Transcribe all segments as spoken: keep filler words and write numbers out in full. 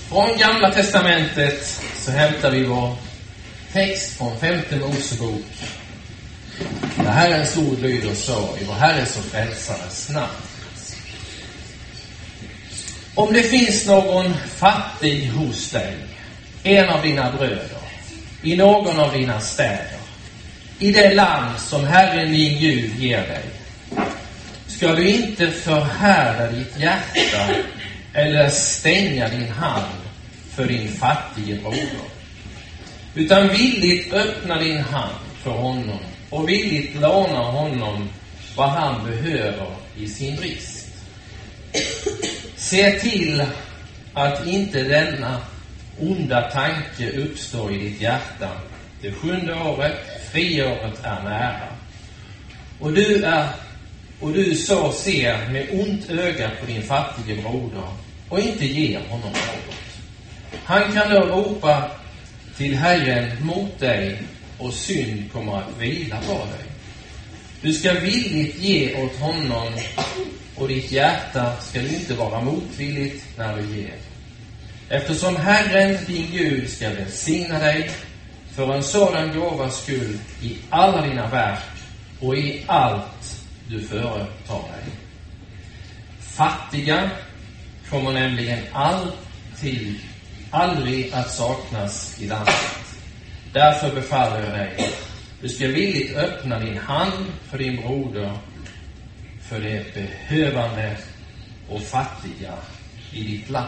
Från Gamla testamentet så hämtar vi vår text från femte Mosebok. Där Herrens ord lyder så: i vår Herres och frälsares namn. Om det finns någon fattig hos dig, en av dina bröder, i någon av dina städer, i det land som Herren din Gud ger dig, ska du inte förhärda ditt hjärta eller stänga din hand för din fattige broder, utan villigt öppna din hand för honom och villigt låna honom vad han behöver i sin brist. Se till att inte denna onda tanke uppstår i ditt hjärta. Det sjunde året, friåret, är nära. Och du är och du så ser med ont öga på din fattige broder och inte ger honom något. Han kan då ropa till Herren mot dig, och synd kommer att vila på dig. Du ska villigt ge åt honom, och ditt hjärta ska inte vara motvilligt när du ger. Eftersom Herren din Gud ska välsigna dig för en sådan gåvas skull i alla dina verk och i allt du företar dig. Fattiga kommer nämligen alltid, aldrig att saknas i landet. Därför befaller jag dig: du ska villigt öppna din hand för din broder, för det behövande och fattiga i ditt land.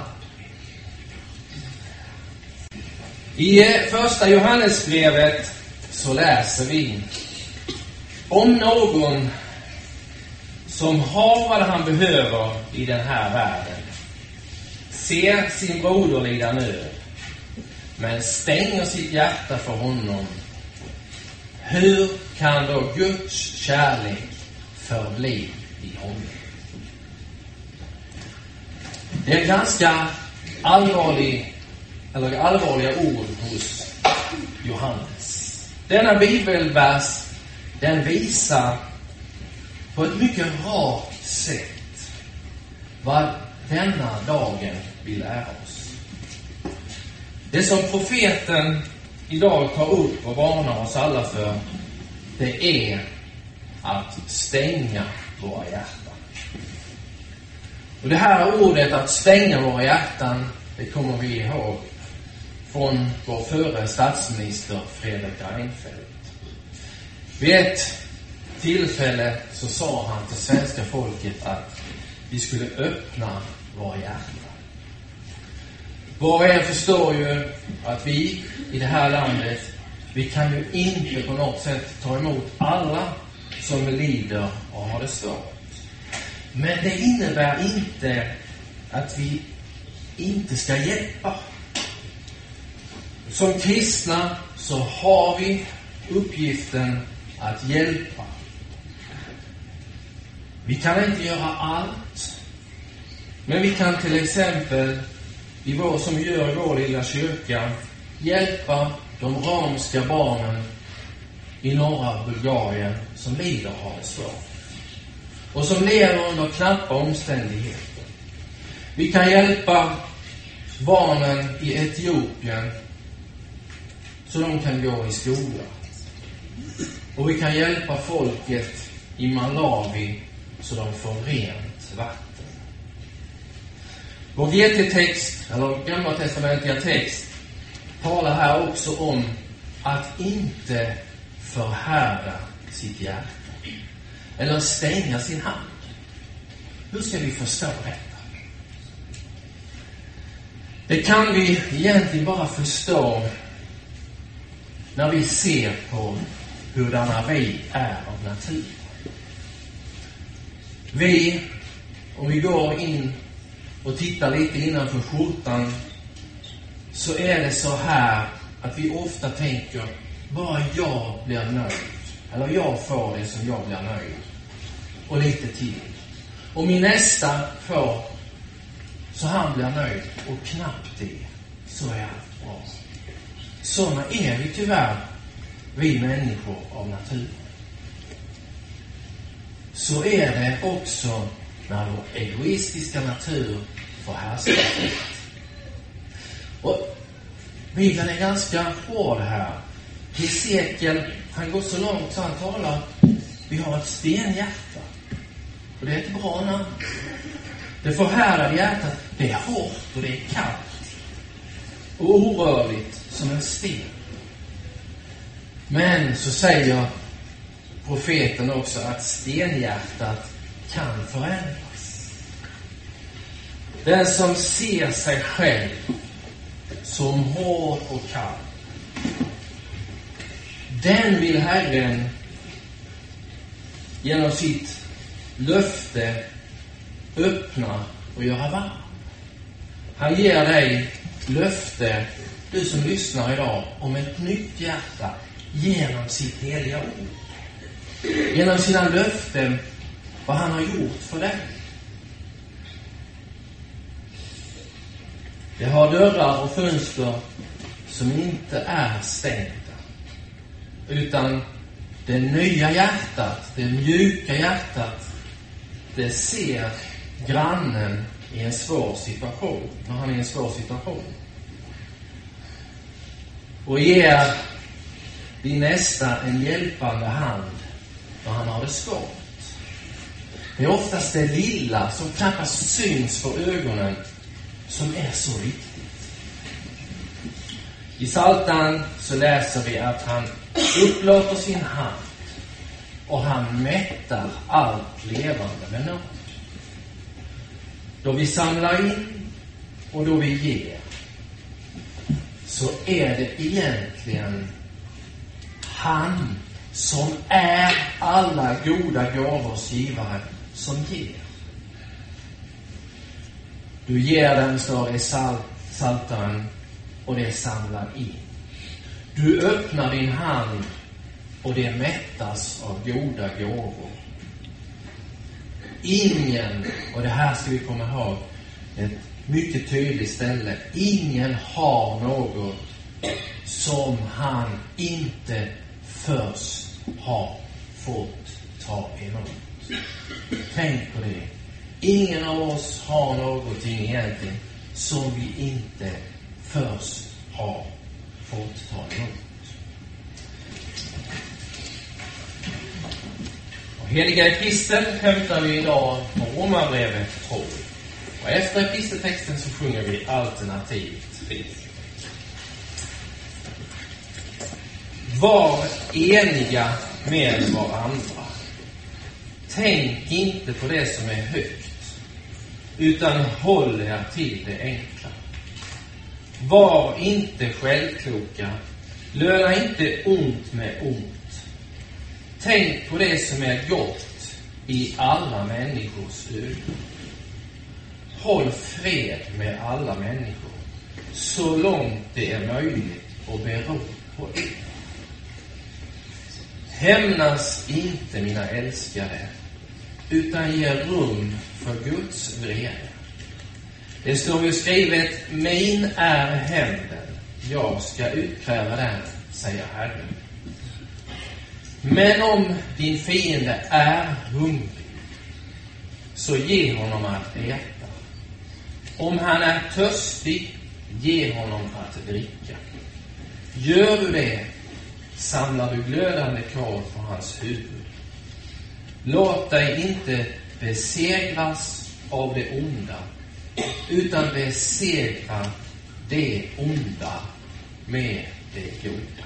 I första Johannesbrevet så läser vi om någon som har vad han behöver i den här världen, ser sin broder lida nöd, men stänger sitt hjärta för honom. Hur kan då Guds kärlek förbli i honom? Det är en ganska allvarlig, eller allvarliga ord hos Johannes. Denna bibelvers, den visar på ett mycket rakt sätt vad denna dagen vill lära oss. Det som profeten idag tar upp och varnar oss alla för, det är att stänga våra hjärtan. Och det här ordet att stänga våra hjärtan, det kommer vi ihåg från vår förre statsminister Fredrik Reinfeldt. Vid ett tillfälle så sa han till svenska folket att vi skulle öppna våra hjärtan. Var och en förstår ju att vi i det här landet, vi kan ju inte på något sätt ta emot alla som lider och har det svårt. Men det innebär inte att vi inte ska hjälpa. Som kristna så har vi uppgiften att hjälpa. Vi kan inte göra allt, men vi kan till exempel i vår, som vi gör i vår lilla kyrka, hjälpa de romska barnen i norra Bulgarien som lider och har det svårt och som lever under knappa omständigheter. Vi kan hjälpa barnen i Etiopien så de kan gå i skola. Och vi kan hjälpa folket i Malawi så de får rent vatten. Vår G T-text, eller Gamla testamentliga text, talar här också om att inte förhärda sitt hjärta eller stänga sin hand. Hur ska vi förstå detta? Det kan vi egentligen bara förstå när vi ser på hurdana vi är av natur. Vi, om vi går in och tittar lite innanför skjortan, så är det så här att vi ofta tänker: bara jag blir nöjd, eller jag får det som jag blir nöjd, och lite till, och min nästa får så han blir nöjd, och knappt det, så är allt bra. Såna är vi tyvärr, vi människor av natur. Så är det också när vår egoistiska natur får härska. Och Bibeln är ganska hård här. Hesekiel, han går så långt så han talar, vi har ett stenhjärta. Och det är ett bra namn. Det förhärdade hjärtat, det är hårt och det är kallt. Och orörligt som en sten. Men så säger profeten också att stenhjärtat kan förändras. Den som ser sig själv som hård och kall, den vill Herren genom sitt löfte öppna och göra varm. Han ger dig löfte, du som lyssnar idag, om ett nytt hjärta genom sitt heliga ord. Genom sina löften, vad han har gjort för dig. Det har dörrar och fönster som inte är stängda. Utan det nya hjärtat, det mjuka hjärtat, det ser grannen i en svår situation, när han är i en svår situation. Och ger din nästa en hjälpande hand när han har det svårt. Det är oftast det lilla som knappast syns för ögonen som är så viktigt. I Psaltaren så läser vi att han upplåter sin hand och han mättar allt levande med nåd. Då vi samlar in och då vi ger, så är det egentligen han som är alla goda gåvors givare som ger. Du ger den, står det i Psaltaren, och det samlar in. Du öppnar din hand och det mättas av goda gåvor. Ingen, och det här ska vi komma ihåg, ett mycket tydligt ställe, ingen har något som han inte först har fått ta emot. Tänk på det. Ingen av oss har någonting egentligen som vi inte först har fått ta emot. Och heliga epistel hämtar vi idag på Romarbrevet tolv. Och efter episteltexten så sjunger vi alternativt fritt. Var eniga med varandra. Tänk inte på det som är högt, utan håll er till det enkla. Var inte självkloka, löna inte ont med ont. Tänk på det som är gott i alla människors ögon. Håll fred med alla människor, så långt det är möjligt och bero på er. Hämnas inte, mina älskade, utan ge rum för Guds vrede. Det står ju skrivet, min är hämnden, jag ska utkräva den, säger Herren. Men om din fiende är hungrig, så ge honom att äta. Om han är törstig, ge honom att dricka. Gör du det, samlar du glödande kol på hans huvud. Låt dig inte besegras av det onda, utan besegra det onda med det goda.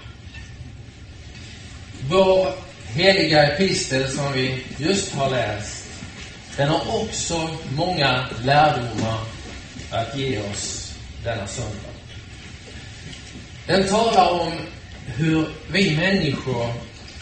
Vår heliga epistel som vi just har läst, den har också många lärdomar att ge oss denna söndag. Den talar om hur vi människor,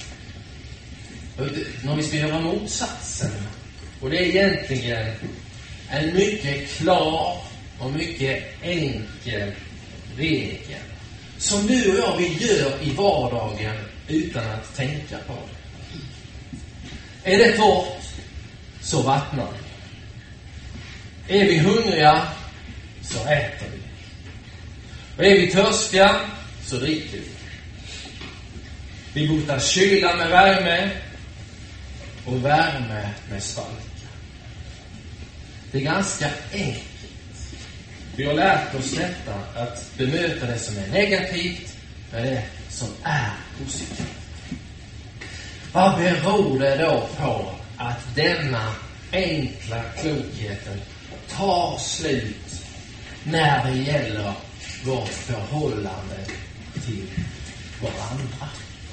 när vi ska göra motsatsen, och det är egentligen en mycket klar och mycket enkel regel som du och jag vi gör i vardagen utan att tänka på det. Är det torrt, så vattnar vi. Är vi hungriga, så äter vi. Och är vi törstiga, så dricker vi. Vi botar kyla med värme och värme med svalka. Det är ganska enkelt. Vi har lärt oss detta, att bemöta det som är negativt med det som är positivt. Vad beror det då på att denna enkla klokheten tar slut när det gäller vårt förhållande till varandra?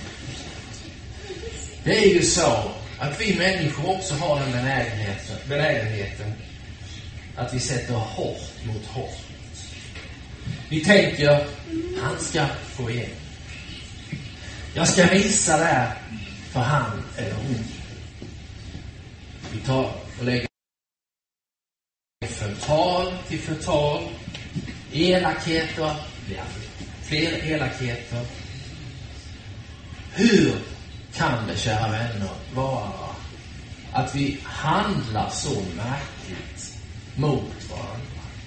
Det är ju så att vi människor också har den benägenheten, benägenheten att vi sätter hårt mot hårt. Vi tänker, han ska få igen. Jag ska visa det för han eller hon. Vi tar och lägger förtal till förtal. Elakheter, ja, fler elakheter. Hur kan det, kära vänner, vara att vi handlar så märkligt mot varandra?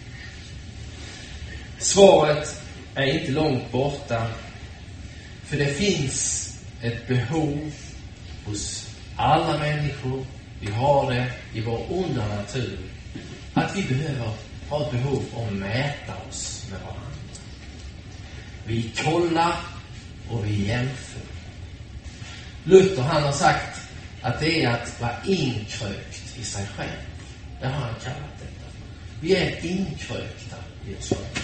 Svaret är inte långt borta, för det finns ett behov hos alla människor. Vi har det i vår onda natur, att vi behöver ha ett behov av att mäta oss med varandra. Vi kollar och vi jämför. Luther, han har sagt att det är att vara inkrökt i sig själv. Det har han kallat detta. Vi är inkrökta i oss själva.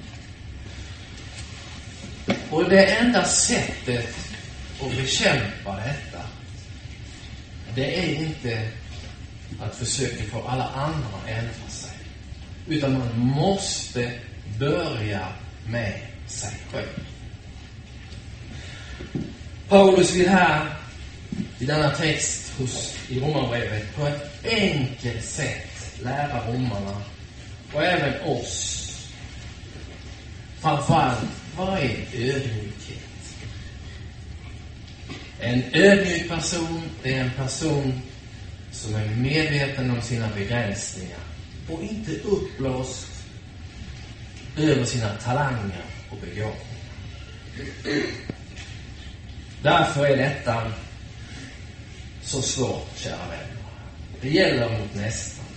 Och det enda sättet att bekämpa detta, det är inte att försöka få alla andra att ändra sig, utan man måste börja med sig själv. Paulus vill här i denna text hos, i Romarbrevet på ett enkelt sätt lära romarna och även oss framförallt vad är ödmjukhet. En ödmjuk person, det är en person som är medveten om sina begränsningar och inte uppblåst över sina talanger och begåvningar. Därför är detta så svårt, kära vänner. Det gäller mot nästan.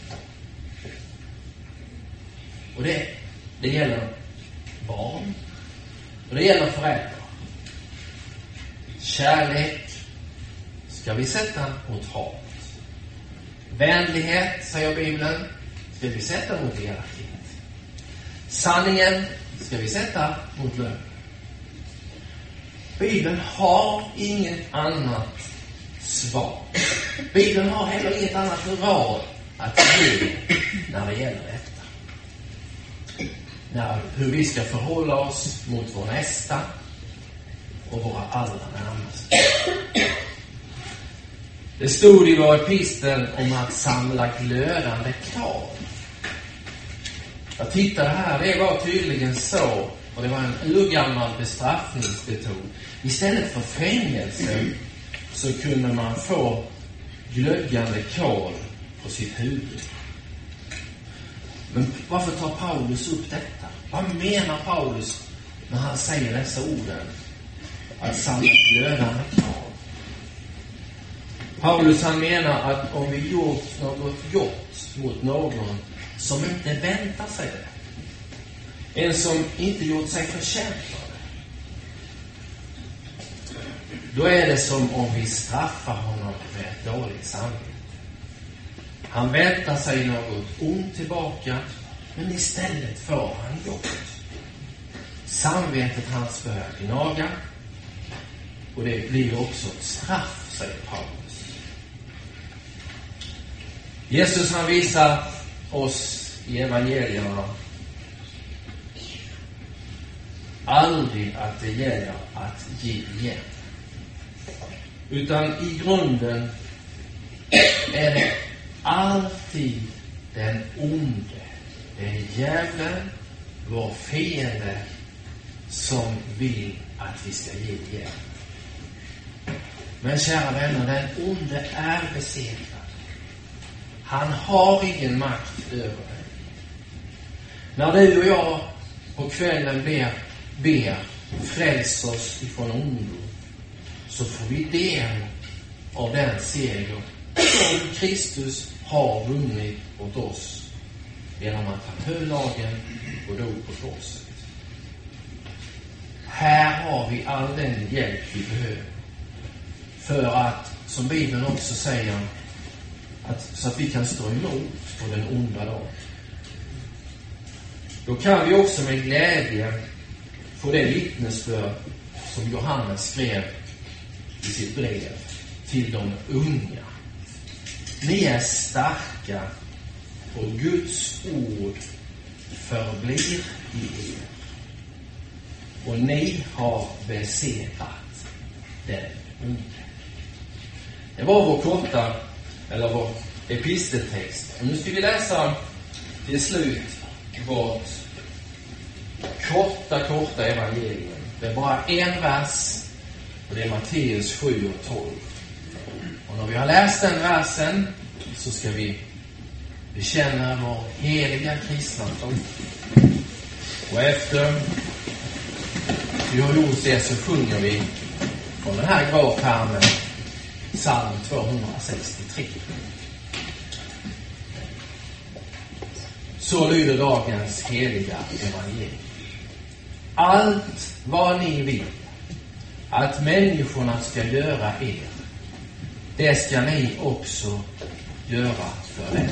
Och det, det gäller barn. Och det gäller föräldrar. Kärlek ska vi sätta mot hat. Vänlighet, säger Bibeln, ska vi sätta mot elakhet. Sanningen ska vi sätta mot lögn. Bibeln har inget annat svar. Bibeln har heller inget annat råd att ge när det gäller detta. När, hur vi ska förhålla oss mot vår nästa och våra allra närmaste. Det stod i vår epistel om att samla glödande krav. Jag tittade här, det var tydligen så, och det var en urgammal bestraffningsmetod. Istället för fängelse så kunde man få glödgande kol på sitt huvud. Men varför tar Paulus upp detta? Vad menar Paulus när han säger dessa orden? Att samla glödande krav. Paulus, han menar att om vi gjort något gott mot någon som inte väntar sig det, en som inte gjort sig förtjänt av det, då är det som om vi straffar honom med ett dåligt samvete. Han väntar sig något ont tillbaka, men istället får han gott. Samvetet hans börjar gnaga, och det blir också ett straff, säger Paulus. Jesus, han visar oss i evangelierna aldrig att det gäller att ge igen. Utan i grunden är det alltid den onde, den djävulen, vår fiende, som vill att vi ska ge igen. Men kära vänner, den onde är besegrad. Han har ingen makt över dig. När du och jag på kvällen ber, ber fräls oss ifrån ondo, så får vi del av den seger som Kristus har vunnit åt oss. genom att han höll lagen och dog på korset. Här har vi all den hjälp vi behöver. För att, som Bibeln också säger, att, så att vi kan stå emot på den onda dagen. Då kan vi också med glädje få det vittnesbörd som Johannes skrev i sitt brev till de unga. Ni är starka och Guds ord förblir i er. Och ni har besegrat den onde. Det var vår korta, eller vår episteltext. Och nu ska vi läsa till slut vårt korta, korta evangelium. Det är bara en vers och det är Matteus sju och tolv. Och när vi har läst den versen så ska vi bekänna vår heliga kristna tro. Och efter vi har gjort det så sjunger vi från den här gravpärmen psalm tvåhundrasextiotre. Så lyder dagens heliga evangelium. Allt vad ni vill att människorna ska göra er, det ska ni också göra för dem.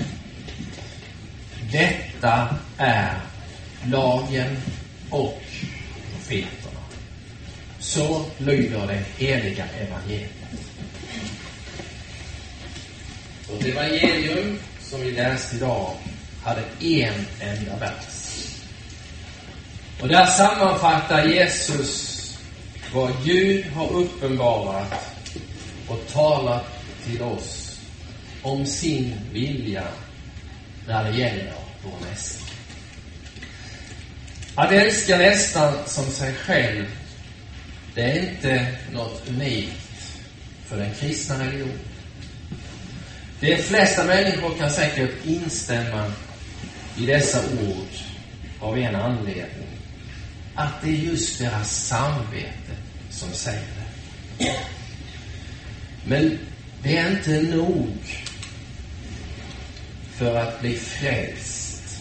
Detta är lagen och profeterna. Så lyder det heliga evangeliet. Och det evangelium som vi läste idag hade en enda vers. Och där sammanfattar Jesus vad Gud har uppenbarat och talat till oss om sin vilja när det gäller vår nästa. Att älska nästan som sig själv, det är inte något unikt för den kristna religionen. De flesta människor kan säkert instämma i dessa ord av en anledning. Att det är just deras samvete som säger det. Men det är inte nog för att bli frälst.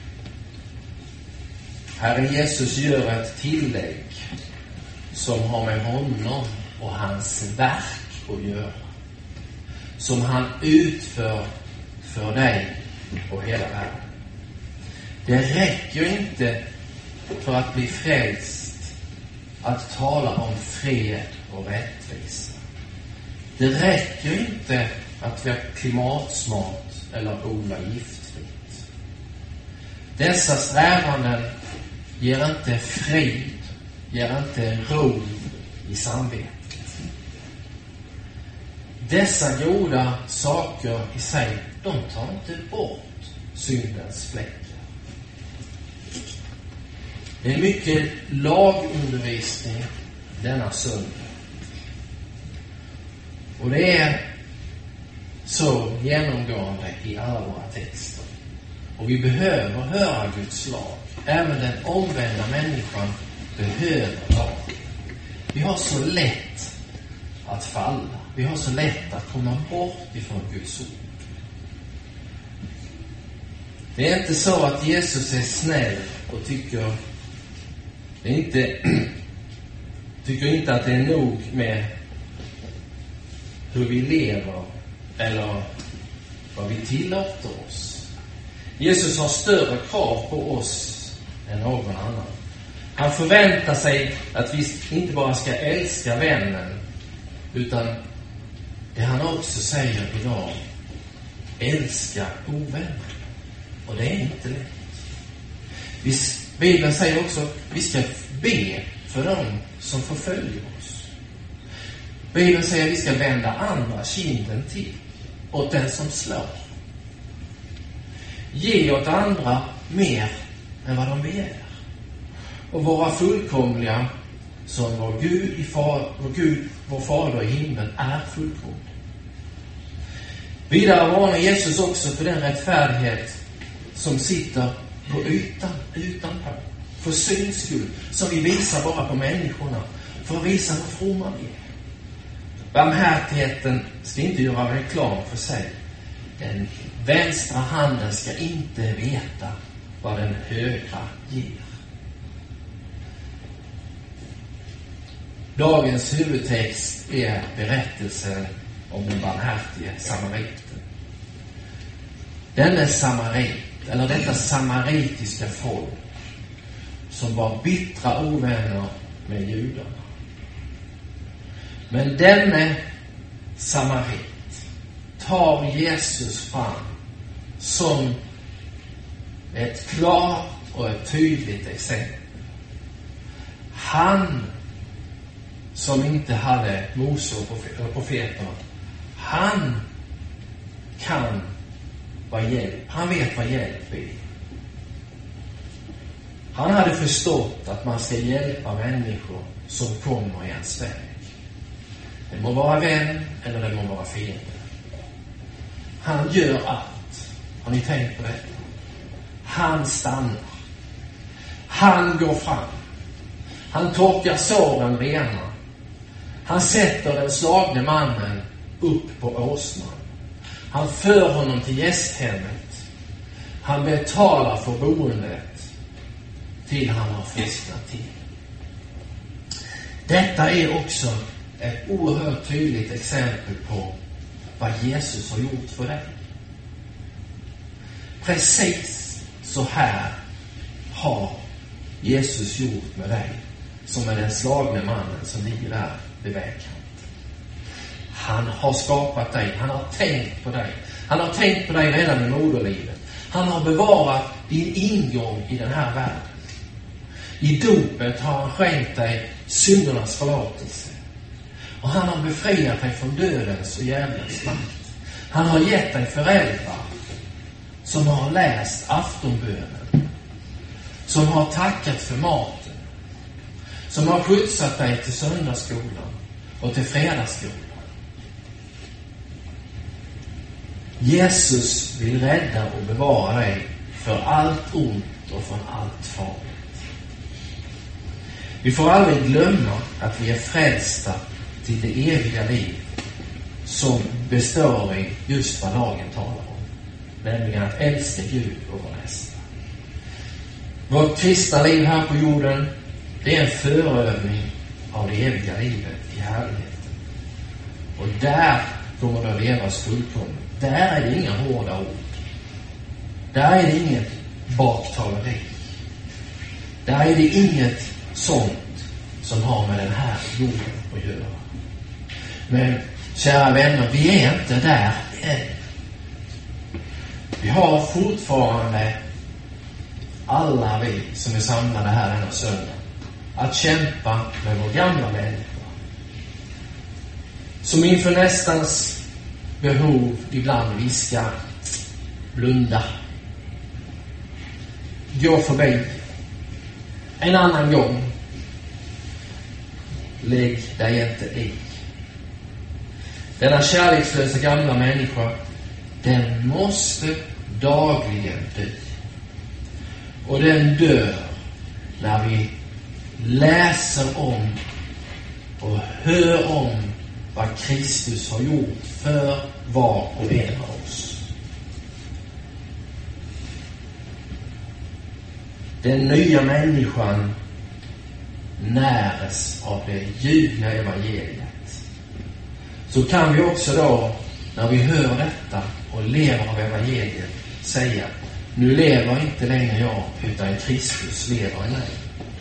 Herre Jesus gör ett tillägg som har med honom och hans verk att göra. Som han utför för dig och hela världen. Det räcker inte för att bli frälst att tala om fred och rättvisa. Det räcker inte att vara klimatsmart eller odla giftfritt. Dessa strävanden ger inte frid, ger inte ro i samvetet. Dessa goda saker i sig, de tar inte bort syndens fläckar. Det är mycket lagundervisning denna söndag. Och det är så genomgående i alla våra texter. Och vi behöver höra Guds lag. Även den omvända människan behöver lag. Vi har så lätt att falla. Vi har så lätt att komma bort ifrån Guds ord. Det är inte så att Jesus är snäll och tycker det är inte tycker inte att det är nog med hur vi lever eller vad vi tillåter oss. Jesus har större krav på oss än någon annan. Han förväntar sig att vi inte bara ska älska vännen, utan det han också säger idag, älska ovänner. Och det är inte lätt. Vi, Bibeln säger också att vi ska be för dem som förföljer oss. Bibeln säger att vi ska vända andra kinden till åt den som slår. Ge åt andra mer än vad de begär. Och vara fullkomliga som vår Gud, i far, vår Gud, vår Fader i himlen är fullkomlig. Vidare varnar Jesus också för den rättfärdighet som sitter på ytan, utanpå. För syns skull, som vi visar bara på människorna. För att visa hur fromma vi är. Barmhärtigheten ska inte göra reklam för sig. Den vänstra handen ska inte veta vad den högra ger. Dagens huvudtext är berättelsen om den barmhärtige samariten. Denne samarit, eller detta samaritiska folk, som var bittra ovänner med judarna. Men denne samarit tar Jesus fram som ett klart och ett tydligt exempel. Han som inte hade Mose och profeterna, han kan vara hjälp. Han vet vad hjälp är. Han hade förstått att man ska hjälpa människor som kommer i ens väg. Det må vara vän eller det må vara fiende. Han gör allt. Har ni tänkt på det? Han stannar. Han går fram. Han torkar såren rena. Han sätter den slagne mannen upp på åsnan. Han för honom till gästhemmet. Han betalar för boendet till han har frisknat till. Detta är också ett oerhört tydligt exempel på vad Jesus har gjort för dig. Precis så här har Jesus gjort med dig, som är den slagne mannen som ligger där vid vägkanten. Han har skapat dig. Han har tänkt på dig. Han har tänkt på dig redan i moderlivet. Han har bevarat din ingång i den här världen. I dopet har han skänkt dig syndernas förlåtelse. Och han har befriat dig från dödens och djävulens makt. Han har gett dig föräldrar som har läst aftonbönen, som har tackat för maten, som har skjutsat dig till söndagsskolan och till fredagsskolan. Jesus vill rädda och bevara dig för allt ont och från allt farligt. Vi får aldrig glömma att vi är frälsta till det eviga liv som består i just vad lagen talar om, nämligen att älska Gud och vår nästa. Vårt kristna liv här på jorden, det är en förövning av det eviga livet i härligheten. Och där kommer det att levas fullkomligt. Där är det inga hårda ord. Där är det inget baktaleri. Där är det inget sånt som har med den här jorden att göra. Men kära vänner, vi är inte där än. Vi har fortfarande, alla vi som är samlade här denna söndag, att kämpa med vår gamla människa, som inför nästans behov ibland viskar: blunda, gå förbi, en annan gång, lägg dig inte i. Denna kärlekslösa gamla människa, den måste dagligen dö. Och den dör när vi läser om och hör om vad Kristus har gjort för var och en av oss. Den nya människan näres av det ljuvliga evangeliet. Så kan vi också då, när vi hör detta och lever av evangeliet, säga: nu lever inte längre jag, utan Kristus lever i mig.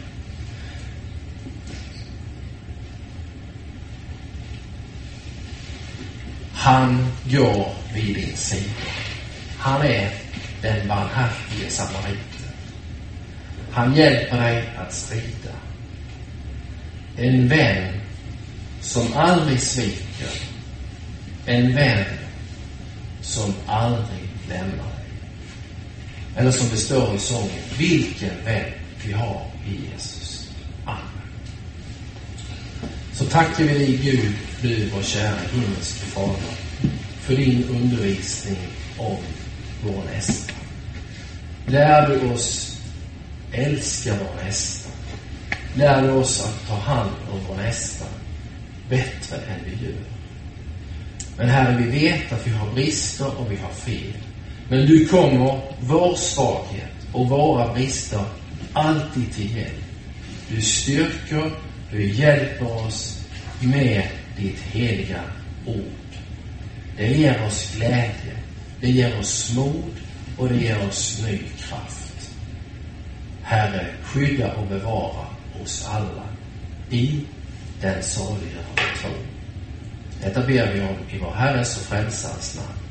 Han går vid din sida. Han är den barmhärtige samariten. Han hjälper dig att strida. En vän som aldrig sviker. En vän som aldrig lämnar dig. Eller som det står i sången: vilken vän vi har i Jesus. Amen. Så tackar vi dig, Gud, du vår kära himmelske Fader, för din undervisning om vår nästa. Lär du oss älska vår nästa. Lär du oss att ta hand om vår nästa bättre än vi gör. Men Herre, vi vet att vi har brister och vi har fel. Men du kommer vår svaghet och våra brister alltid till hjälp. Du styrker, du hjälper oss med ditt heliga ord. Det ger oss glädje, det ger oss mod och det ger oss ny kraft. Herre, skydda och bevara oss alla i den saliga tro. Detta ber vi om i vår Herres och Frälsarens namn.